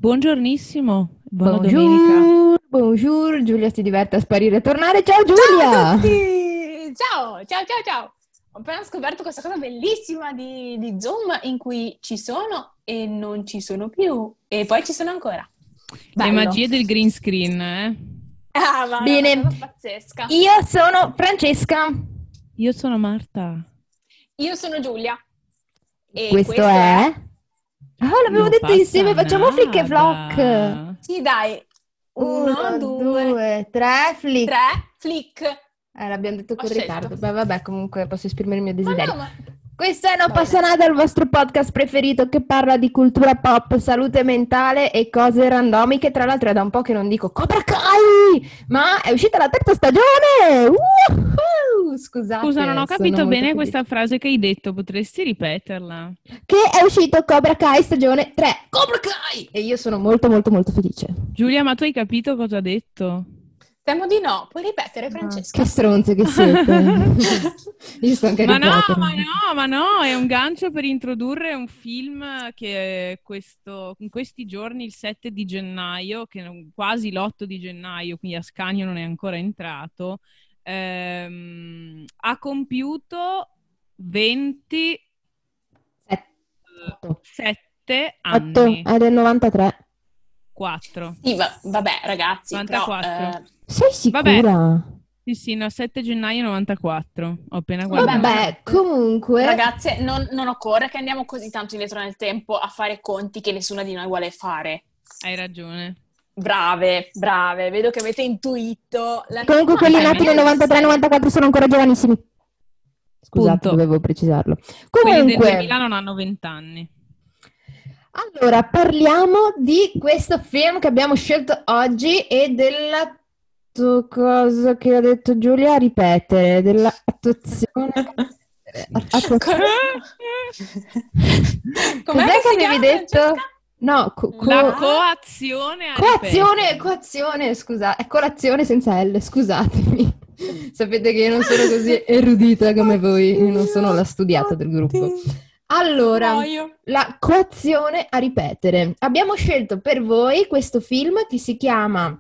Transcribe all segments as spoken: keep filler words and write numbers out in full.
Buongiornissimo, buona domenica. Bonjour, bonjour, Giulia si diverte a sparire e tornare. Ciao Ciao a Giulia! tutti! Ciao, ciao, ciao, ciao! Ho appena scoperto questa cosa bellissima di, di Zoom in cui ci sono e non ci sono più e poi ci sono ancora. Le Bello. magie del green screen, eh? Ah, ma è Bene, una cosa pazzesca. io sono Francesca. Io sono Marta. Io sono Giulia. E Questo, questo è... è... Oh, l'abbiamo Non detto passa insieme, facciamo flick e flock. nada. Sì, dai. Uno, Uno, due, due, tre, flick. tre, flick. Eh, l'abbiamo detto Ho con scelto. ritardo. Beh, vabbè, comunque posso esprimere il mio Ma desiderio. no, ma... Questo è Non Va passa bene. nada, il vostro podcast preferito che parla di cultura pop, salute mentale e cose randomiche. Tra l'altro è da un po' che non dico Cobra Kai, ma è uscita la terza stagione! Woohoo! Scusate, Scusa, non ho sono capito molto bene felice. questa frase che hai detto, potresti ripeterla? Che è uscito Cobra Kai stagione tre. Cobra Kai! E io sono molto molto molto felice. Giulia, ma tu hai capito cosa ha detto? Temo di no. Puoi ripetere, Ah, Francesca? che stronze che siete. Io sto anche a Ma no, ripetere. ma no, ma no, è un gancio per introdurre un film che questo, in questi giorni, il sette di gennaio, che non- quasi l'otto di gennaio, quindi Ascanio non è ancora entrato, ehm, ha compiuto ventisette Otto. Otto, anni. è del novantatré. quattro. Sì, va- vabbè, ragazzi, però... novantaquattro. eh, Sei Vabbè, sicura? sì, sì, no, sette gennaio novantaquattro. Ho appena guardato. Vabbè, ma no- Vabbè, comunque... ragazze, non, non occorre che andiamo così tanto indietro nel tempo a fare conti che nessuna di noi vuole fare. Hai ragione. Brave, brave, vedo che avete intuito. La... Comunque No, quelli dai, nati ma nel io novantatré serio. novantaquattro sono ancora giovanissimi. Scusate, Punto. dovevo precisarlo. Quelli del Comunque, duemila non hanno vent'anni. allora, parliamo di questo film che abbiamo scelto oggi e della tu- cosa che ha detto Giulia, ripetere, dell'attuazione... attu- Com'è Cos'è che che si avevi chiama, detto? Francesca? No, co- co- La coazione a coazione, ripetere. coazione, scusa, è colazione senza L, scusatemi. Sapete che io non sono così erudita come voi, io non sono la studiata del gruppo. Allora, Muoio. la coazione a ripetere. Abbiamo scelto per voi questo film che si chiama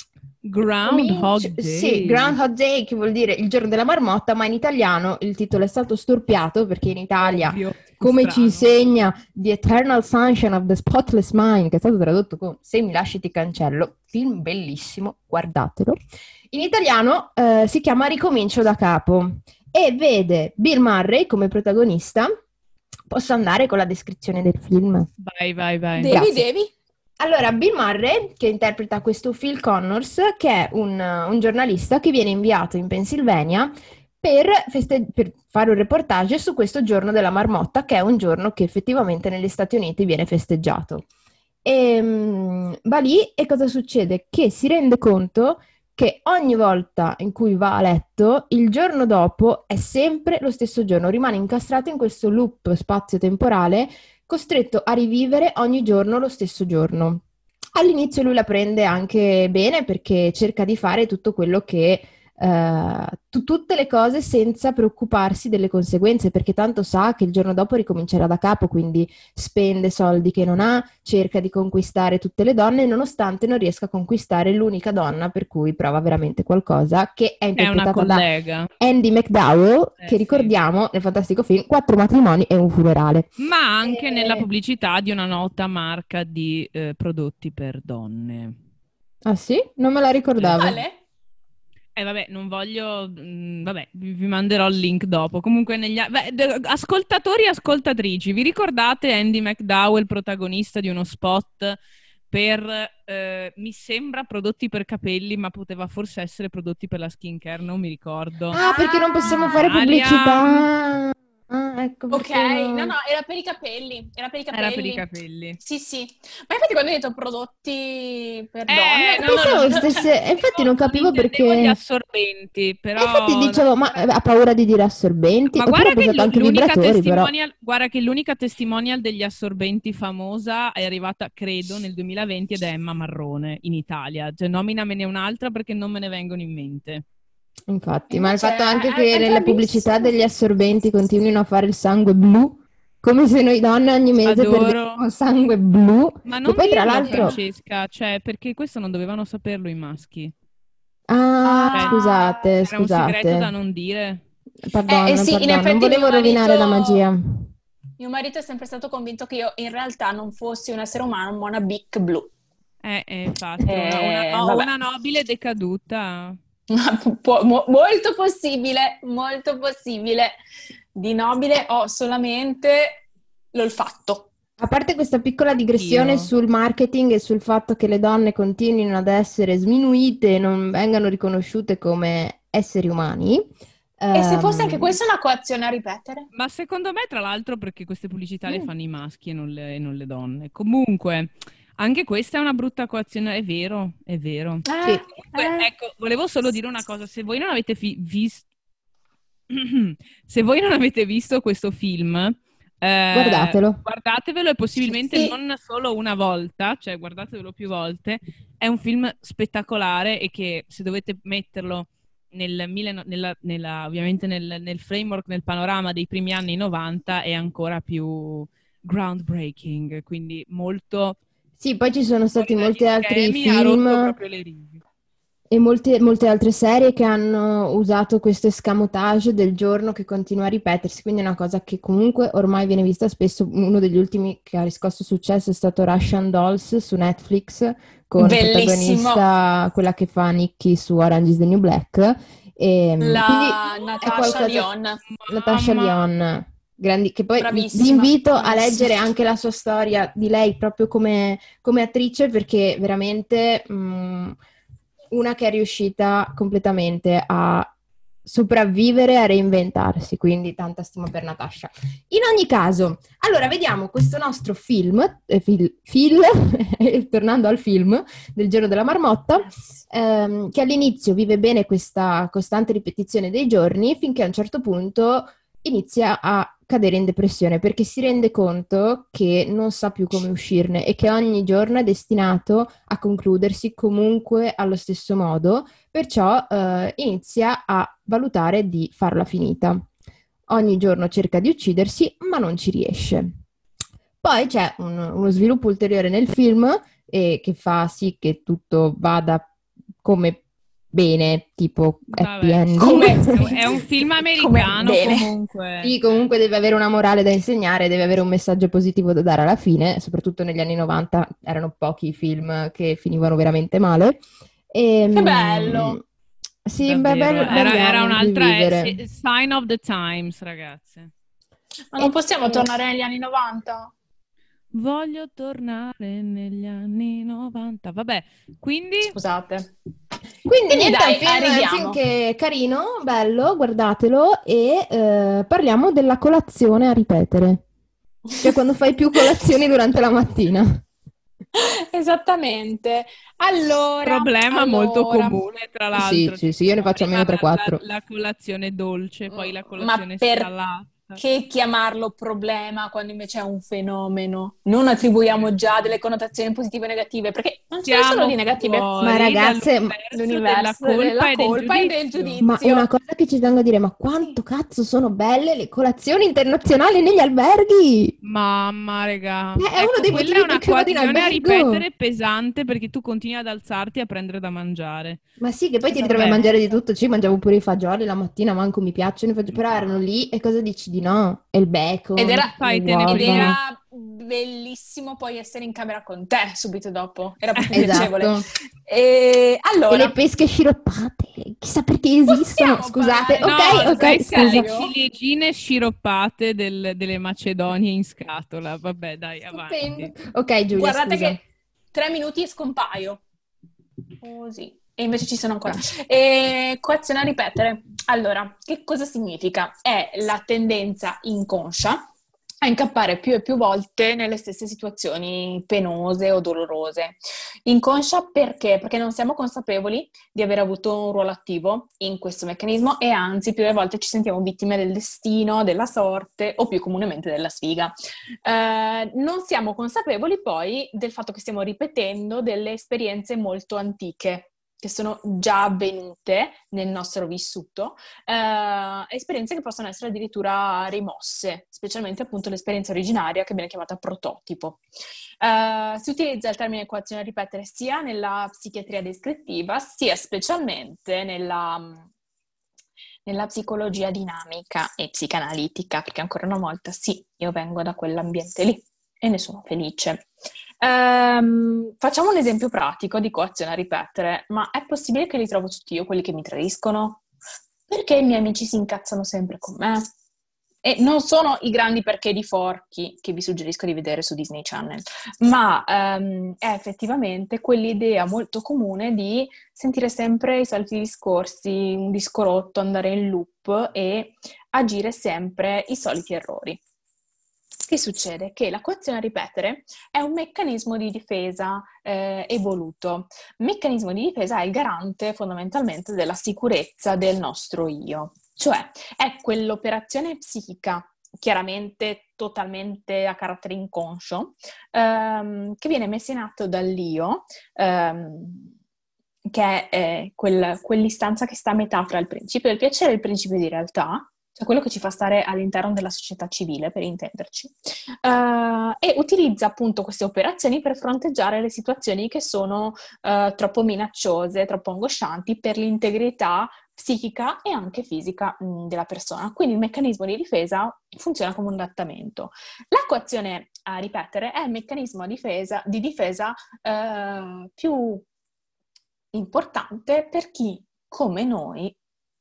Groundhog Cominci- Day. Sì, Groundhog Day, che vuol dire il giorno della marmotta, ma in italiano il titolo è stato storpiato perché in Italia, Ovvio, come strano. ci insegna The Eternal Sunshine of the Spotless Mind, che è stato tradotto con Se mi lasci ti cancello, film bellissimo, guardatelo. In italiano eh, si chiama Ricomincio da capo e vede Bill Murray come protagonista. Posso andare con la descrizione del film? Vai, vai, vai. Devi, Grazie. devi. Allora, Bill Murray, che interpreta questo Phil Connors, che è un, un giornalista che viene inviato in Pennsylvania per, feste- per fare un reportage su questo giorno della marmotta, che è un giorno che effettivamente negli Stati Uniti viene festeggiato. E mm, va lì e cosa succede? Che si rende conto che ogni volta in cui va a letto, il giorno dopo è sempre lo stesso giorno, rimane incastrato in questo loop spazio-temporale, costretto a rivivere ogni giorno lo stesso giorno. All'inizio lui la prende anche bene perché cerca di fare tutto quello che eh, tu- tutte le cose senza preoccuparsi delle conseguenze, perché tanto sa che il giorno dopo ricomincerà da capo, quindi spende soldi che non ha, cerca di conquistare tutte le donne, nonostante non riesca a conquistare l'unica donna per cui prova veramente qualcosa, che è È una interpretata da collega. Andy McDowell, Eh, che sì. ricordiamo nel fantastico film Quattro matrimoni e un funerale. Ma anche Eh, nella pubblicità di una nota marca di eh, prodotti per donne. Ah sì? Non me la ricordavo. Quale? Eh vabbè, non voglio... mh, vabbè, vi, vi manderò il link dopo. Comunque, negli a- beh, de- ascoltatori e ascoltatrici, vi ricordate Andy McDowell, protagonista di uno spot per, eh, mi sembra, prodotti per capelli, ma poteva forse essere prodotti per la skincare, non mi ricordo. Ah, perché non possiamo fare Italia. pubblicità. Ah, ecco Ok, perché no, no. no, era per i capelli, era per i capelli. Era per i capelli. Sì, sì. Ma infatti quando hai detto prodotti per Eh, donne... no, Pensavo no, no, stesse- e infatti non capivo intendevo perché- gli assorbenti, però... E infatti dicevo, ma eh, ha paura di dire assorbenti? Ma Oppure guarda ha che pensato l'u- anche l'unica vibratori, però. testimonial, guarda che l'unica testimonial degli assorbenti famosa è arrivata, credo, nel duemilaventi ed è Emma Marrone in Italia. Cioè, nominamene un'altra perché non me ne vengono in mente. Infatti, Invece ma il fatto anche è- che è nelle pubblicità bravissimo. degli assorbenti continuino a fare il sangue blu, come se noi donne ogni mese Adoro. perdessimo sangue blu. Ma Che non poi tra dirlo, l'altro... Francesca, cioè, perché questo non dovevano saperlo i maschi. Ah, Cioè, scusate, era un segreto da scusate. non dire. Pardon, Eh, eh sì, in pardon, non effetti mio volevo rovinare la magia. marito, mio marito è sempre stato convinto che io in realtà non fossi un essere umano, ma una Bic blu. Eh, eh, infatti, una, una- Eh, no, vabbè. una nobile decaduta. Pu- mo- molto possibile, molto possibile. Di nobile ho solamente l'olfatto. A parte questa piccola digressione Io. sul marketing e sul fatto che le donne continuino ad essere sminuite e non vengano riconosciute come esseri umani. E se fosse anche ehm, questa una coazione a ripetere? Ma secondo me, tra l'altro, perché queste pubblicità le Mm. fanno i maschi e non le, e non le donne. Comunque, anche questa è una brutta coazione, è vero, è vero. Sì. Eh, Comunque, eh. ecco, volevo solo dire una cosa, se voi non avete fi- visto se voi non avete visto questo film, eh, Guardatelo. guardatevelo e possibilmente Sì. non solo una volta, cioè guardatevelo più volte. È un film spettacolare e che se dovete metterlo nel mille- nella- nella- ovviamente nel, nel framework, nel panorama dei primi anni novanta è ancora più groundbreaking, quindi molto Sì, poi ci sono stati fuori molti dagli altri schemi, ha rotto film proprio le righe. e molte, molte altre serie che hanno usato questo escamotage del giorno che continua a ripetersi, quindi è una cosa che comunque ormai viene vista spesso. Uno degli ultimi che ha riscosso successo è stato Russian Dolls su Netflix, con Bellissimo. protagonista quella che fa Nikki su Orange is the New Black. E, quindi La è Natasha qualcosa... Lyonne. Natasha Mamma, Lyonne. Grandi, che poi vi, vi Bravissima, invito a bravissima. leggere anche la sua storia di lei proprio come, come attrice, perché veramente mh, una che è riuscita completamente a sopravvivere, a reinventarsi, quindi tanta stima per Natasha. In ogni caso, allora vediamo questo nostro film, eh, fil, film tornando al film del Giorno della Marmotta, ehm, che all'inizio vive bene questa costante ripetizione dei giorni, finché a un certo punto inizia a cadere in depressione perché si rende conto che non sa più come uscirne e che ogni giorno è destinato a concludersi comunque allo stesso modo, perciò eh, inizia a valutare di farla finita. Ogni giorno cerca di uccidersi, ma non ci riesce. Poi c'è un- uno sviluppo ulteriore nel film eh, che fa sì che tutto vada come bene, tipo happy vabbè, ending. Come- è un film Come americano bene. comunque. Sì, comunque deve avere una morale da insegnare, deve avere un messaggio positivo da dare alla fine, soprattutto negli anni novanta erano pochi i film che finivano veramente male. E, Che bello. Sì, beh, Davvero, belli, era, belli era anni in cui un'altra è- vivere. sì, sign of the times, ragazze. Ma non E- possiamo tornare negli anni novanta? Voglio tornare negli anni novanta. Vabbè, quindi Scusate. Quindi Quindi niente, dai, è un film, è un film arriviamo. che è carino, bello, guardatelo e eh, parliamo della colazione a ripetere, cioè quando fai più colazioni durante la mattina. Esattamente. Allora, problema molto allora. comune, tra Sì, l'altro. sì, Ci sì, io ne sono faccio almeno prima la, la- tre quattro. la colazione dolce, poi la Ma colazione salata. perché chiamarlo problema quando invece è un fenomeno? Non attribuiamo già delle connotazioni positive e negative, perché non ce ne sono Siamo di negative. Ma fuori ragazze, dall'universo L'universo della colpa della e del colpa e del giudizio. ma giudizio. una cosa che ci tengo a dire, ma quanto cazzo sono belle le colazioni internazionali negli alberghi? Mamma, raga. Eh, è uno Ecco, dei quella è motivi per una cui vado in coazione a albergo. ripetere pesante perché tu continui ad alzarti e a prendere da mangiare. Ma sì, che poi ti Esatto. ritrovi a mangiare di tutto. Ci mangiavo pure i fagioli la mattina, manco mi piacciono i fagioli, però erano lì e cosa dici di no? E il bacon, Ed era, Fai le te ne uova. ed privi. era bellissimo poi essere in camera con te subito dopo. Era proprio Esatto. piacevole. E E allora, le pesche sciroppate, chissà perché esistono. possiamo Scusate, parlare No, ok, sai ok, che le scusa. ciliegine sciroppate del- delle Macedonie in scatola. Vabbè, dai, avanti. Stupendo. Ok, Giulia, guardate scusa. che tre minuti e scompaio. Così. E invece ci sono ancora. Ah. E coazione a ripetere. Allora, che cosa significa? È la tendenza inconscia a incappare più e più volte nelle stesse situazioni penose o dolorose. Inconscia perché? Perché non siamo consapevoli di aver avuto un ruolo attivo in questo meccanismo e anzi più delle volte ci sentiamo vittime del destino, della sorte o più comunemente della sfiga. Eh, non siamo consapevoli poi del fatto che stiamo ripetendo delle esperienze molto antiche. che sono già avvenute nel nostro vissuto, eh, esperienze che possono essere addirittura rimosse, specialmente appunto l'esperienza originaria che viene chiamata prototipo. Eh, si utilizza il termine equazione a ripetere sia nella psichiatria descrittiva, sia specialmente nella, nella psicologia dinamica e psicanalitica, perché ancora una volta sì, io vengo da quell'ambiente lì e ne sono felice. Ehm, facciamo un esempio pratico di coazione a ripetere, ma è possibile che li trovo tutti io quelli che mi tradiscono? Perché i miei amici si incazzano sempre con me? E non sono i grandi perché di Forky che vi suggerisco di vedere su Disney Channel, ma ehm, è effettivamente quell'idea molto comune di sentire sempre i soliti discorsi, un disco rotto, andare in loop e agire sempre i soliti errori. Che succede? Che la coazione a ripetere è un meccanismo di difesa eh, evoluto. Il meccanismo di difesa è il garante fondamentalmente della sicurezza del nostro io. Cioè è quell'operazione psichica, chiaramente totalmente a carattere inconscio, ehm, che viene messa in atto dall'io, ehm, che è eh, quel, quell'istanza che sta a metà tra il principio del piacere e il principio di realtà, cioè quello che ci fa stare all'interno della società civile, per intenderci, uh, e utilizza appunto queste operazioni per fronteggiare le situazioni che sono uh, troppo minacciose, troppo angoscianti per l'integrità psichica e anche fisica mh, della persona. Quindi il meccanismo di difesa funziona come un adattamento. La coazione a ripetere è il meccanismo di difesa, di difesa uh, più importante per chi, come noi,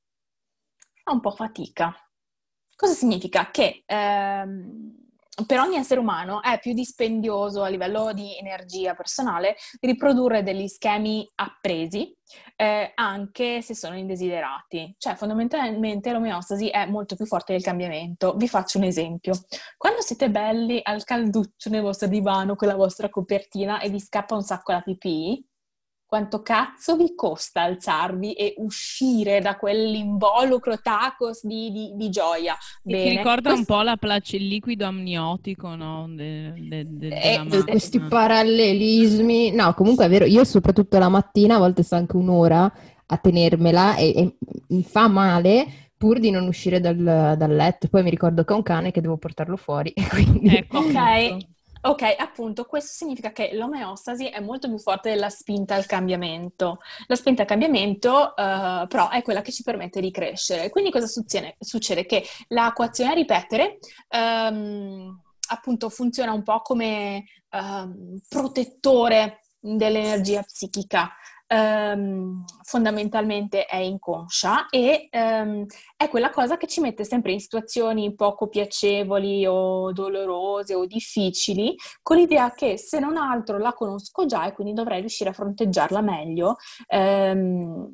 fa un po' fatica. Cosa significa? Che ehm, per ogni essere umano è più dispendioso a livello di energia personale riprodurre degli schemi appresi, eh, anche se sono indesiderati. Cioè, fondamentalmente l'omeostasi è molto più forte del cambiamento. Vi faccio un esempio. Quando siete belli al calduccio nel vostro divano con la vostra copertina e vi scappa un sacco la pipì, quanto cazzo vi costa alzarvi e uscire da quell'involucro tacos di, di, di gioia? Bene. Ti ricorda Questo... un po' la place, il liquido amniotico, no? De, de, de, eh, della questi parallelismi. No, comunque è vero, io soprattutto la mattina a volte sto anche un'ora a tenermela e, e mi fa male pur di non uscire dal, dal letto. Poi mi ricordo che ho un cane che devo portarlo fuori. Quindi... Ecco, ok. Ok, appunto, questo significa che l'omeostasi è molto più forte della spinta al cambiamento. La spinta al cambiamento, uh, però, è quella che ci permette di crescere. Quindi cosa succede? Succede che la coazione a ripetere, um, appunto, funziona un po' come um, protettore dell'energia psichica. Um, fondamentalmente è inconscia e um, è quella cosa che ci mette sempre in situazioni poco piacevoli o dolorose o difficili, con l'idea che se non altro la conosco già e quindi dovrei riuscire a fronteggiarla meglio. Um,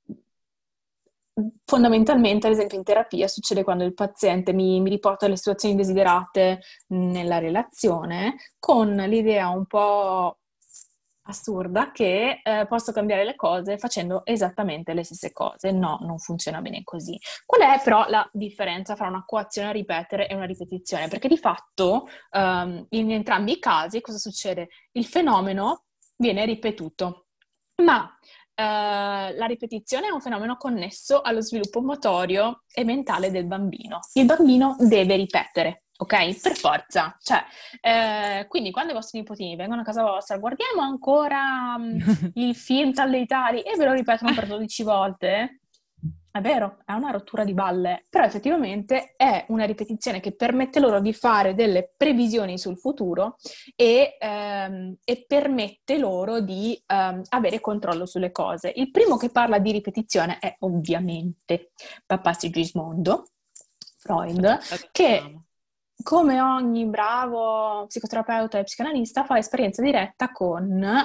fondamentalmente, ad esempio in terapia, succede quando il paziente mi, mi riporta le situazioni desiderate nella relazione con l'idea un po' assurda che eh, posso cambiare le cose facendo esattamente le stesse cose. No, non funziona bene così. Qual è però la differenza fra una coazione a ripetere e una ripetizione? Perché di fatto um, in entrambi i casi cosa succede? Il fenomeno viene ripetuto, ma Uh, la ripetizione è un fenomeno connesso allo sviluppo motorio e mentale del bambino. Il bambino deve ripetere, ok? Per forza. Cioè, eh, quindi quando i vostri nipotini vengono a casa vostra, guardiamo ancora um, il film tal dei tali e ve lo ripetono per dodici volte, è vero, è una rottura di balle, però effettivamente è una ripetizione che permette loro di fare delle previsioni sul futuro e, ehm, e permette loro di ehm, avere controllo sulle cose. Il primo che parla di ripetizione è ovviamente Papà Sigismondo, Freud, che come ogni bravo psicoterapeuta e psicanalista fa esperienza diretta con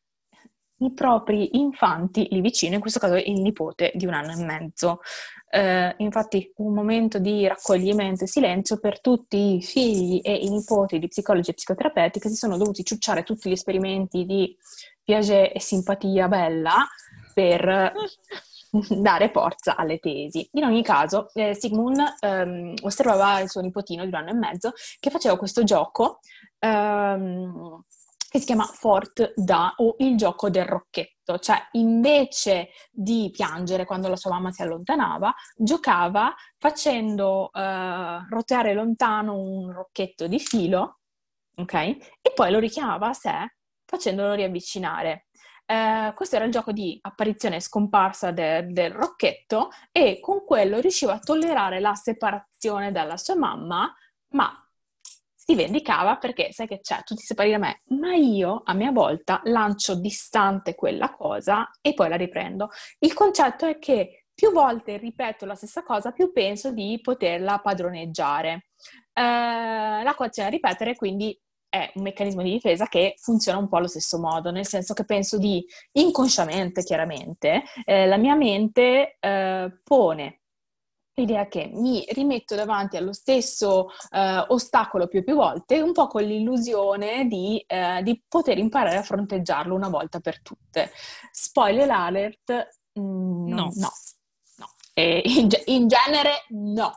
i propri infanti lì vicino, in questo caso il nipote di un anno e mezzo. Eh, infatti un momento di raccoglimento e silenzio per tutti i figli e i nipoti di psicologi e psicoterapeuti che si sono dovuti ciucciare tutti gli esperimenti di Piaget e simpatia bella per dare forza alle tesi. In ogni caso, eh, Sigmund ehm, osservava il suo nipotino di un anno e mezzo che faceva questo gioco ehm, che si chiama Fort Da o il gioco del rocchetto, cioè invece di piangere quando la sua mamma si allontanava, giocava facendo uh, roteare lontano un rocchetto di filo, ok? E poi lo richiamava a sé facendolo riavvicinare. Uh, questo era il gioco di apparizione e scomparsa de- del rocchetto e con quello riusciva a tollerare la separazione dalla sua mamma, ma si vendicava perché sai che c'è, tu ti separi da me, ma io a mia volta lancio distante quella cosa e poi la riprendo. Il concetto è che più volte ripeto la stessa cosa, più penso di poterla padroneggiare. Eh, la coazione a ripetere quindi è un meccanismo di difesa che funziona un po' allo stesso modo, nel senso che penso di inconsciamente, chiaramente, eh, la mia mente eh, pone l'idea che mi rimetto davanti allo stesso eh, ostacolo più e più volte, un po' con l'illusione di, eh, di poter imparare a fronteggiarlo una volta per tutte. Spoiler alert, mm, No. no, no. E in, in genere no.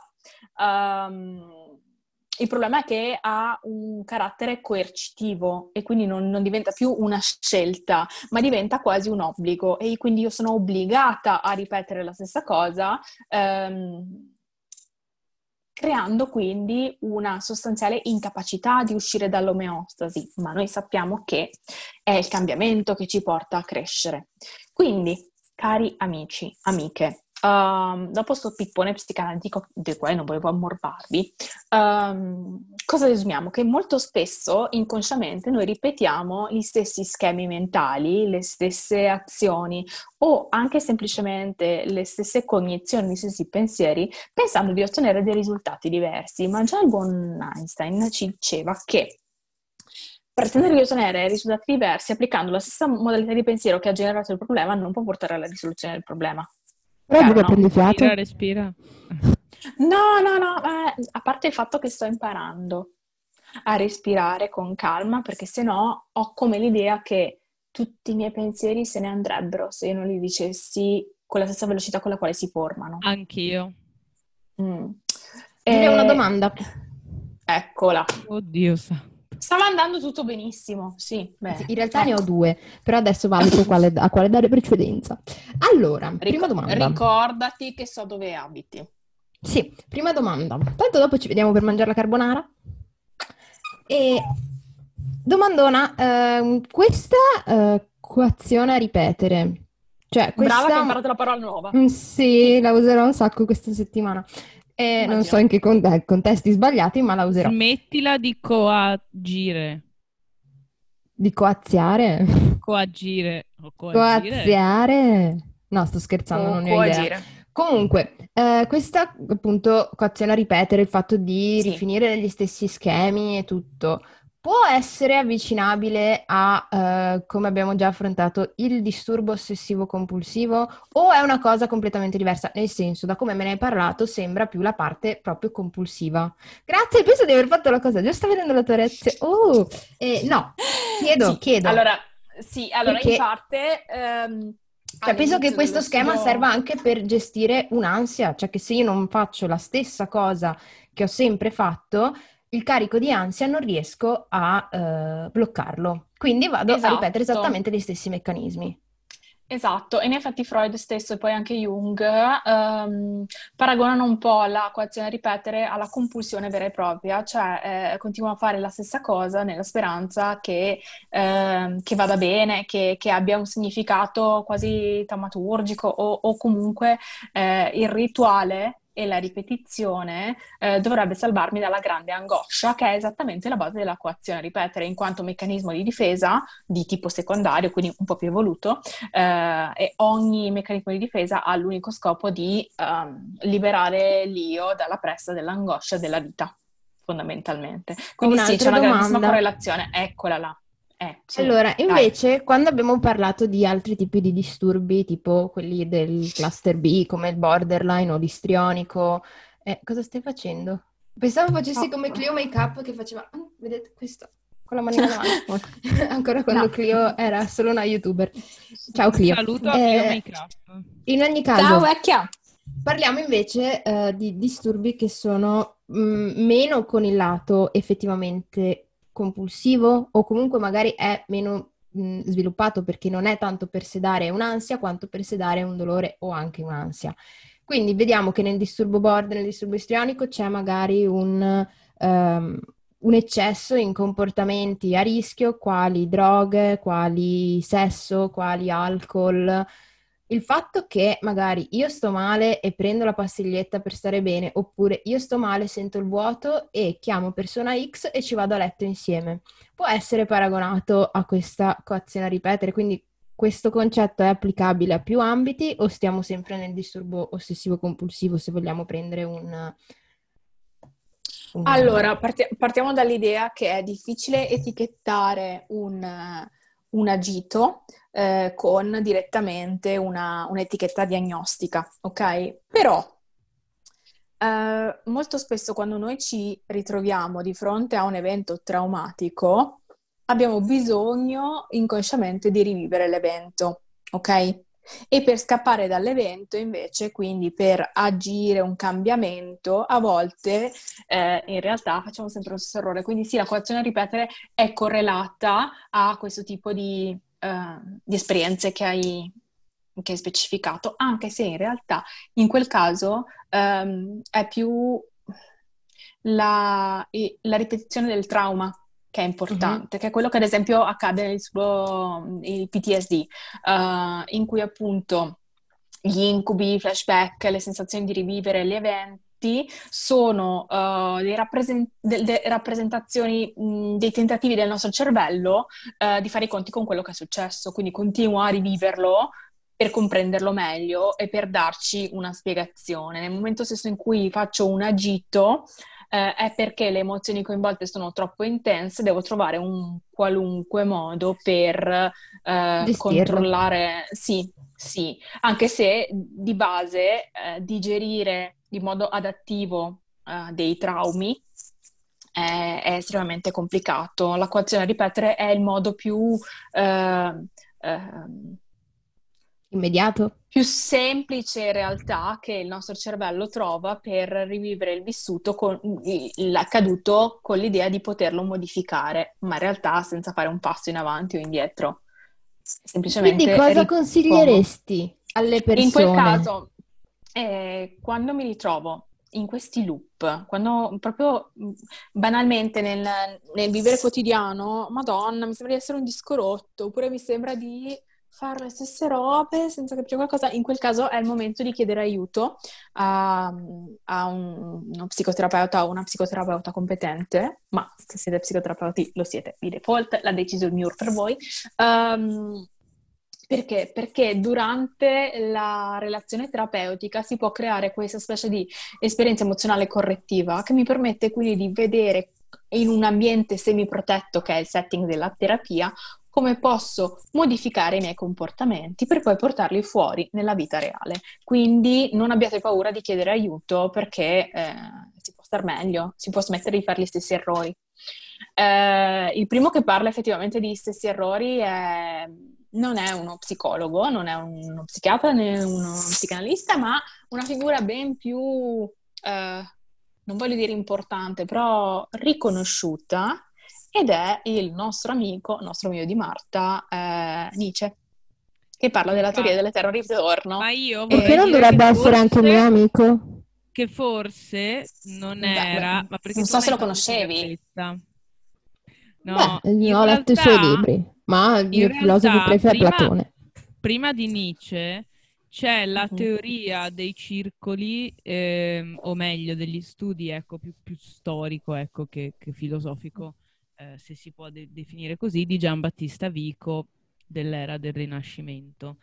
Um, il problema è che ha un carattere coercitivo e quindi non, non diventa più una scelta, ma diventa quasi un obbligo e quindi io sono obbligata a ripetere la stessa cosa, ehm, creando quindi una sostanziale incapacità di uscire dall'omeostasi, ma noi sappiamo che è il cambiamento che ci porta a crescere. Quindi, cari amici, amiche, Um, dopo sto pippone psicanalitico del quale non volevo ammorbarvi, um, cosa desumiamo? Che molto spesso inconsciamente noi ripetiamo gli stessi schemi mentali, le stesse azioni o anche semplicemente le stesse cognizioni, gli stessi pensieri, pensando di ottenere dei risultati diversi. Ma già il buon Einstein ci diceva che pretendere di ottenere risultati diversi applicando la stessa modalità di pensiero che ha generato il problema non può portare alla risoluzione del problema. Però Chiaro, dove no? prendi fiato? Respira, respira. No, no, no, eh, a parte il fatto che sto imparando a respirare con calma, perché sennò ho come l'idea che tutti i miei pensieri se ne andrebbero se io non li dicessi con la stessa velocità con la quale si formano. Anch'io. Mm. Direi Eh, una domanda. Eccola. Oddio, sa. Stava andando tutto benissimo, sì. Beh, In realtà ecco. ne ho due, però adesso valuto quale, a quale dare precedenza. Allora, Ric- prima domanda. Ricordati che so dove abiti. Sì, prima domanda. Tanto dopo ci vediamo per mangiare la carbonara. E domandona, ehm, questa eh, coazione a ripetere, cioè questa... Brava che hai imparato la parola nuova. Mm, sì, la userò un sacco questa settimana. E non so in che cont- contesti sbagliati, ma la userò. Smettila di coagire. Di coaziare? Coagire. O coagire. Coaziare? No, sto scherzando, O non ne ho idea. coagire. Comunque, eh, questa appunto coazione a ripetere, il fatto di Sì. rifinire negli stessi schemi e tutto, può essere avvicinabile a, eh, come abbiamo già affrontato, il disturbo ossessivo-compulsivo o è una cosa completamente diversa? Nel senso, da come me ne hai parlato, sembra più la parte proprio compulsiva. Grazie, penso di aver fatto la cosa giusta vedendo la tua reazione. Oh, eh, no, chiedo, Sì, chiedo. allora, sì, allora Perché- in parte... ehm, Cioè, penso che all'inizio questo dello schema studio- serva anche per gestire un'ansia, cioè che se io non faccio la stessa cosa che ho sempre fatto, il carico di ansia non riesco a eh, bloccarlo. Quindi vado a ripetere Esatto. esattamente gli stessi meccanismi. Esatto, e in effetti Freud stesso e poi anche Jung ehm, paragonano un po' la coazione a ripetere alla compulsione vera e propria, cioè eh, continuo a fare la stessa cosa nella speranza che, ehm, che vada bene, che, che abbia un significato quasi taumaturgico o, o comunque eh, il rituale e la ripetizione eh, dovrebbe salvarmi dalla grande angoscia, che è esattamente la base della coazione a ripetere, in quanto meccanismo di difesa di tipo secondario, quindi un po' più evoluto, eh, e ogni meccanismo di difesa ha l'unico scopo di um, liberare l'io dalla pressa dell'angoscia della vita, fondamentalmente. Quindi sì, c'è un'altra una grandissima domanda. correlazione, eccola là. Eh, sì, Allora, dai. invece, quando abbiamo parlato di altri tipi di disturbi, tipo quelli del cluster B, come il borderline o l'istrionico, eh, cosa stai facendo? Pensavo facessi Oh. come Clio Makeup che faceva, ah, vedete questo, con la manina davanti, ancora quando No. Clio era solo una YouTuber. Ciao Clio. Saluto a Eh, Clio Makeup. In ogni caso, Ciao vecchia! parliamo invece eh, di disturbi che sono mh, meno con il lato effettivamente compulsivo o comunque magari è meno mh, sviluppato perché non è tanto per sedare un'ansia quanto per sedare un dolore o anche un'ansia. Quindi vediamo che nel disturbo border, nel disturbo istrionico c'è magari un, ehm, un eccesso in comportamenti a rischio, quali droghe, quali sesso, quali alcol. Il fatto che magari io sto male e prendo la pastiglietta per stare bene, oppure io sto male, sento il vuoto e chiamo persona X e ci vado a letto insieme, può essere paragonato a questa coazione a ripetere, quindi questo concetto è applicabile a più ambiti o stiamo sempre nel disturbo ossessivo-compulsivo se vogliamo prendere un... un- Allora, parti- partiamo dall'idea che è difficile etichettare un, eh, un agito eh, con direttamente una, un'etichetta diagnostica, ok? Però eh, molto spesso quando noi ci ritroviamo di fronte a un evento traumatico, abbiamo bisogno inconsciamente di rivivere l'evento, ok? E per scappare dall'evento, invece, quindi per agire un cambiamento, a volte eh, in realtà facciamo sempre lo stesso errore. Quindi sì, la coazione a ripetere è correlata a questo tipo di, eh, di esperienze che hai, che hai specificato, anche se in realtà in quel caso ehm, è più la, i- la ripetizione del trauma che è Mhm. importante, che è quello che ad esempio accade nel suo il P T S D, eh, in cui appunto gli incubi, i flashback, le sensazioni di rivivere gli eventi sono eh, dei rappresen- de- de- rappresentazioni, mh, dei tentativi del nostro cervello eh, di fare i conti con quello che è successo, quindi continua a riviverlo per comprenderlo meglio e per darci una spiegazione. Nel momento stesso in cui faccio un agito, eh, è perché le emozioni coinvolte sono troppo intense, devo trovare un qualunque modo per eh, Gestirlo. controllare, sì, sì, anche se di base eh, digerire in modo adattivo eh, dei traumi è, è estremamente complicato. La coazione a ripetere è il modo più, eh, ehm, Immediato. più semplice in realtà che il nostro cervello trova per rivivere il vissuto, con, l'accaduto con l'idea di poterlo modificare, ma in realtà senza fare un passo in avanti o indietro. Quindi Semplicemente cosa ripongo. consiglieresti alle In quel persone? caso, eh, quando mi ritrovo in questi loop, quando proprio mh, banalmente nel, nel vivere quotidiano, Madonna, mi sembra di essere un disco rotto, oppure mi sembra di fare le stesse robe senza capire qualcosa, in quel caso è il momento di chiedere aiuto a, a un- uno psicoterapeuta o una psicoterapeuta competente, ma se siete psicoterapeuti lo siete, di default, l'ha deciso il M I U R per voi. Ehm, perché? Perché durante la relazione terapeutica si può creare questa specie di esperienza emozionale correttiva che mi permette quindi di vedere in un ambiente semiprotetto, che è il setting della terapia, come posso modificare i miei comportamenti per poi portarli fuori nella vita reale. Quindi non abbiate paura di chiedere aiuto perché eh, si può star meglio, si può smettere di fare gli stessi errori. Eh, il primo che parla effettivamente di stessi errori è- non è uno psicologo, non è uno psichiatra né uno psicanalista, ma una figura ben più, eh, non voglio dire importante, però riconosciuta, ed è il nostro amico, il nostro amico di Marta, eh, Nietzsche, che parla della teoria Infatti, dell'eterno ritorno. ma io Perché vorrei non E, dire che dovrebbe essere anche un mio forse, amico? che forse non beh, beh, era, ma perché non tu so non se hai lo fatto conoscevi. psicanalista. Beh, No, in ho letto i suoi realtà, libri, ma il in mio filosofo realtà preferito è prima, Platone. prima di Nietzsche c'è la Mhm. teoria dei circoli, ehm, o meglio degli studi, ecco, più, più storico, ecco, che, che filosofico, eh, se si può de- definire così, di Giambattista Vico dell'era del Rinascimento.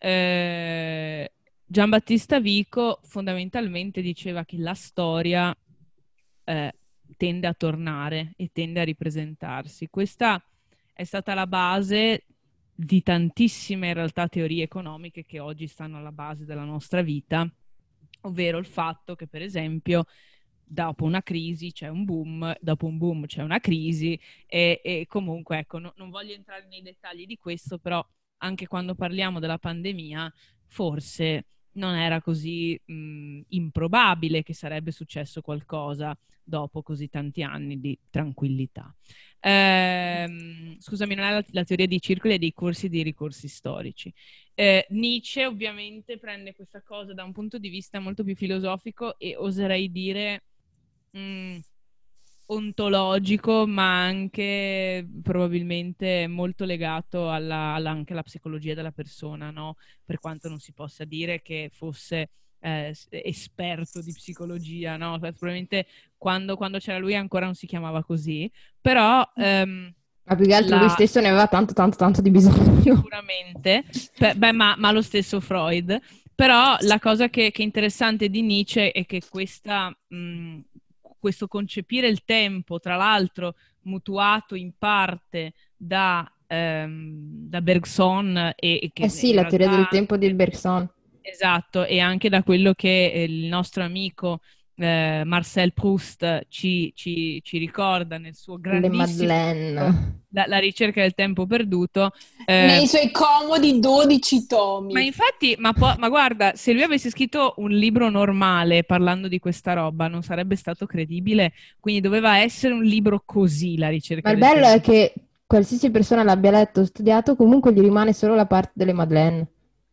Eh, Giambattista Vico fondamentalmente diceva che la storia eh, tende a tornare e tende a ripresentarsi. Questa è stata la base di tantissime in realtà teorie economiche che oggi stanno alla base della nostra vita, ovvero il fatto che per esempio dopo una crisi c'è un boom, dopo un boom c'è una crisi e, e comunque ecco, no, non voglio entrare nei dettagli di questo, però anche quando parliamo della pandemia forse non era così mh, improbabile che sarebbe successo qualcosa dopo così tanti anni di tranquillità. Ehm, scusami, non è la, la teoria dei circoli, è dei corsi e dei ricorsi storici. Eh, Nietzsche ovviamente prende questa cosa da un punto di vista molto più filosofico e oserei dire mh, ontologico, ma anche probabilmente molto legato alla, alla- anche alla psicologia della persona, no? Per quanto non si possa dire che fosse eh, s- esperto di psicologia, no? Cioè, probabilmente quando, quando c'era lui ancora non si chiamava così, però ehm, Ma più che altro lui la, stesso ne aveva tanto, tanto, tanto di bisogno. sicuramente, Pe- beh, ma, ma lo stesso Freud. Però la cosa che, che è interessante di Nietzsche è che questa, mh, questo concepire il tempo, tra l'altro mutuato in parte da, ehm, da Bergson e, e che Eh sì, in la teoria del realtà tempo di Bergson, esatto, e anche da quello che eh, il nostro amico eh, Marcel Proust ci, ci- ci ricorda nel suo le grandissimo libro, Madeleine. La, la ricerca del tempo perduto. Nei eh, suoi comodi dodici ma tomi. infatti, ma, po- ma guarda, se lui avesse scritto un libro normale parlando di questa roba, non sarebbe stato credibile, quindi doveva essere un libro così, la Ma ricerca il del bello tempo. è che qualsiasi persona l'abbia letto o studiato, comunque gli rimane solo la parte delle Madeleine.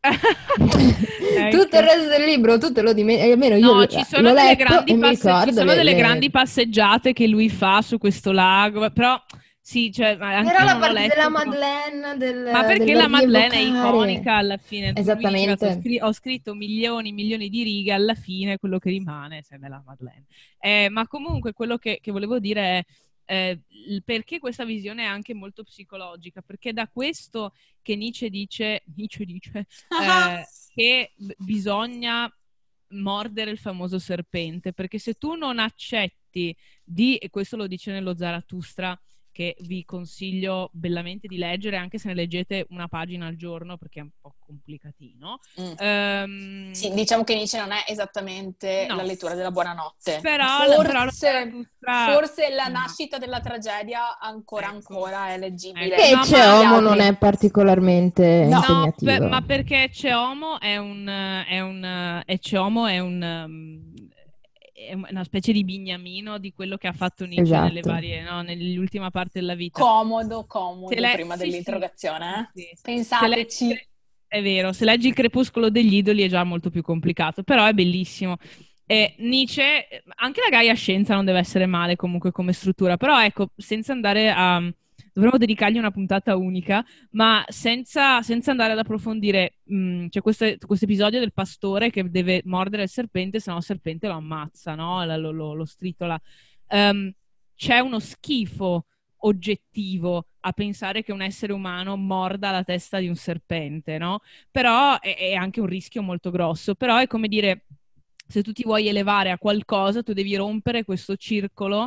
Tutto il Ecco. resto del libro, tu te lo dimentichi, almeno io No, l- ci sono l'ho delle letto e grandi mi passe- ci ricordo sono le, delle le- grandi passeggiate che lui fa su questo lago, però sì, cioè, ma Però anch'io la non l'ho parte della letto, però... Madeleine, Ma del, perché del la Madeleine è rievocare. iconica alla fine? Tu lui dice, "Cazzo, ho, Esattamente. scri- ho scritto milioni e milioni di righe, alla fine quello che rimane è la Madeleine." Eh, ma comunque quello che, che volevo dire è eh, il perché questa visione è anche molto psicologica, perché da questo che Nietzsche dice, Nietzsche dice eh, che b- bisogna mordere il famoso serpente, perché se tu non accetti di, e questo lo dice nello Zarathustra, che vi consiglio bellamente di leggere, anche se ne leggete una pagina al giorno, perché è un po' complicatino. Mm. Ehm, Sì, diciamo che Nietzsche non è esattamente no, la lettura della buonanotte. però, la- però lo Forse, Zarathustra... forse la no. nascita della tragedia ancora Ecco, ancora è ecco. leggibile Che No, c'è ma agli Homo non altri. è particolarmente No. no, per- impegnativo. ma perché C'è Homo è un, è un, e C'è Homo è un, um, è una specie di bignamino di quello che ha fatto Nietzsche nelle Esatto. varie, no, nell'ultima parte della vita. Comodo, Se comodo le- prima sì, sì, dell'interrogazione, sì, eh? sì. Se leggi, Pensateci. Cre- è vero, se leggi Il crepuscolo degli idoli è già molto più complicato, però è bellissimo. E Nietzsche, eh, anche la Gaia Scienza non deve essere male comunque come struttura, però ecco, senza andare a... Dovremmo dedicargli una puntata unica, ma senza, senza andare ad approfondire, mh, c'è questo episodio del pastore che deve mordere il serpente, se no il serpente lo ammazza, no? Lo, lo, lo stritola. Um, c'è uno schifo oggettivo a pensare che un essere umano morda la testa di un serpente, no? Però è, è anche un rischio molto grosso, però è come dire, se tu ti vuoi elevare a qualcosa, tu devi rompere questo circolo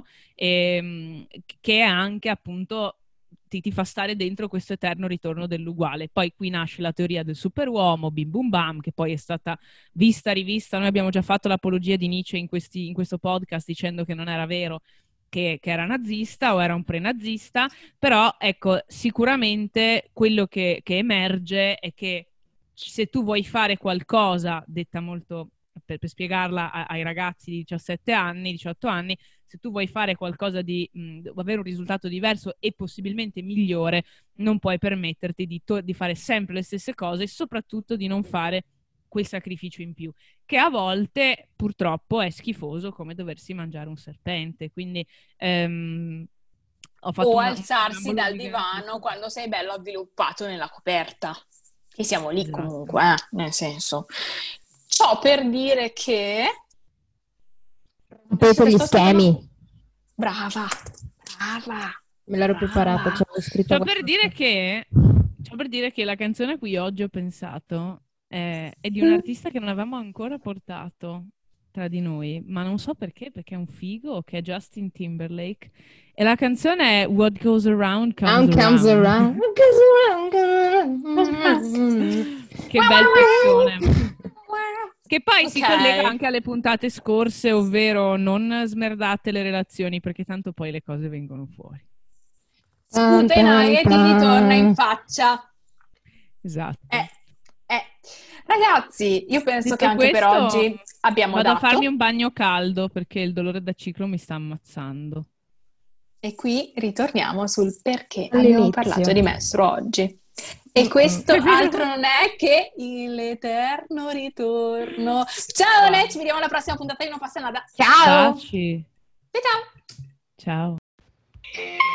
ehm, che è anche appunto ti, ti fa stare dentro questo eterno ritorno dell'uguale. Poi qui nasce la teoria del superuomo, bim bum bam, che poi è stata vista, rivista. Noi abbiamo già fatto l'apologia di Nietzsche in, questi, in questo podcast dicendo che non era vero, che, che era nazista o era un pre-nazista, però ecco, sicuramente quello che, che emerge è che se tu vuoi fare qualcosa, detta molto per, per spiegarla a, ai ragazzi di diciassette anni, diciotto anni, se tu vuoi fare qualcosa di mh, avere un risultato diverso e possibilmente migliore, non puoi permetterti di, to- di fare sempre le stesse cose e soprattutto di non fare quel sacrificio in più, che a volte purtroppo è schifoso come doversi mangiare un serpente. Quindi ehm, ho fatto O una, una alzarsi preambolo dal gigantesca. divano quando sei bello avviluppato nella coperta. Che siamo lì Esatto. comunque, eh? Nel senso. Ciò per dire che... Rompete gli schemi. Brava, brava. Me l'ero Brava. preparata, ci avevo scritto Ciò per qualcosa. dire che, ciò per dire che la canzone a cui oggi ho pensato è, è di un artista che non avevamo ancora portato tra di noi, ma non so perché, perché è un figo, che è Justin Timberlake. E la canzone è What Goes Around Comes Round comes Around. around, goes around, goes around. Che bel pezzone. Che poi Ok. si collega anche alle puntate scorse, ovvero non smerdate le relazioni perché tanto poi le cose vengono fuori. Sputa in aria e ti ritorna in faccia. Esatto. Eh, eh. Ragazzi, io penso Detto che anche per questo, oggi abbiamo vado a dato. farmi un bagno caldo perché il dolore da ciclo mi sta ammazzando. E qui ritorniamo sul perché All'inizio. abbiamo parlato di Mestro oggi. E questo altro non è che l'eterno ritorno. Ciao Ne, ci vediamo alla prossima puntata di Non Passa Nada. Ciao! Baci. Ciao! Ciao.